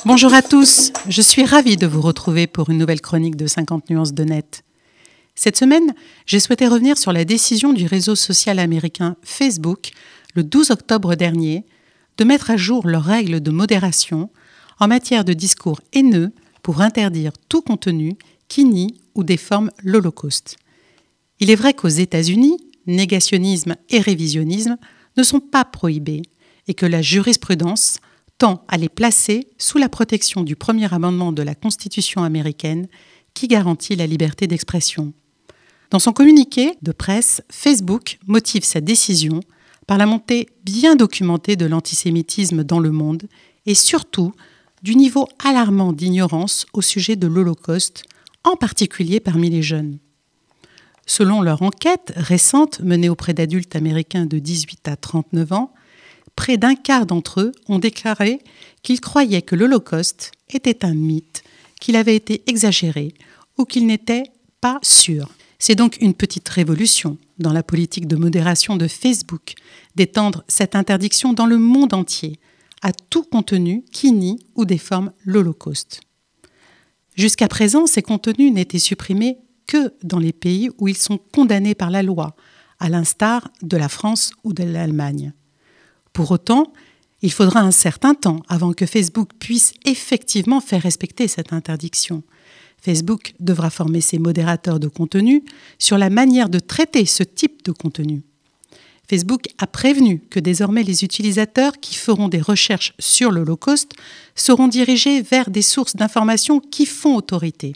Bonjour à tous, je suis ravie de vous retrouver pour une nouvelle chronique de 50 nuances de net. Cette semaine, j'ai souhaité revenir sur la décision du réseau social américain Facebook, le 12 octobre dernier, de mettre à jour leurs règles de modération en matière de discours haineux pour interdire tout contenu qui nie ou déforme l'Holocauste. Il est vrai qu'aux États-Unis, négationnisme et révisionnisme ne sont pas prohibés et que la jurisprudence tend à les placer sous la protection du premier amendement de la Constitution américaine qui garantit la liberté d'expression. Dans son communiqué de presse, Facebook motive sa décision par la montée bien documentée de l'antisémitisme dans le monde et surtout du niveau alarmant d'ignorance au sujet de l'Holocauste, en particulier parmi les jeunes. Selon leur enquête récente menée auprès d'adultes américains de 18 à 39 ans, près d'un quart d'entre eux ont déclaré qu'ils croyaient que l'Holocauste était un mythe, qu'il avait été exagéré ou qu'il n'était pas sûr. C'est donc une petite révolution dans la politique de modération de Facebook d'étendre cette interdiction dans le monde entier à tout contenu qui nie ou déforme l'Holocauste. Jusqu'à présent, ces contenus n'étaient supprimés que dans les pays où ils sont condamnés par la loi, à l'instar de la France ou de l'Allemagne. Pour autant, il faudra un certain temps avant que Facebook puisse effectivement faire respecter cette interdiction. Facebook devra former ses modérateurs de contenu sur la manière de traiter ce type de contenu. Facebook a prévenu que désormais les utilisateurs qui feront des recherches sur l'Holocauste seront dirigés vers des sources d'informations qui font autorité.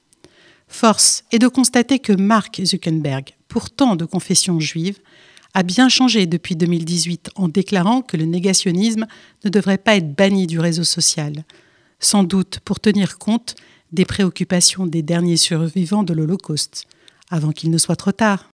Force est de constater que Mark Zuckerberg, pourtant de confession juive, a bien changé depuis 2018 en déclarant que le négationnisme ne devrait pas être banni du réseau social, sans doute pour tenir compte des préoccupations des derniers survivants de l'Holocauste, avant qu'il ne soit trop tard.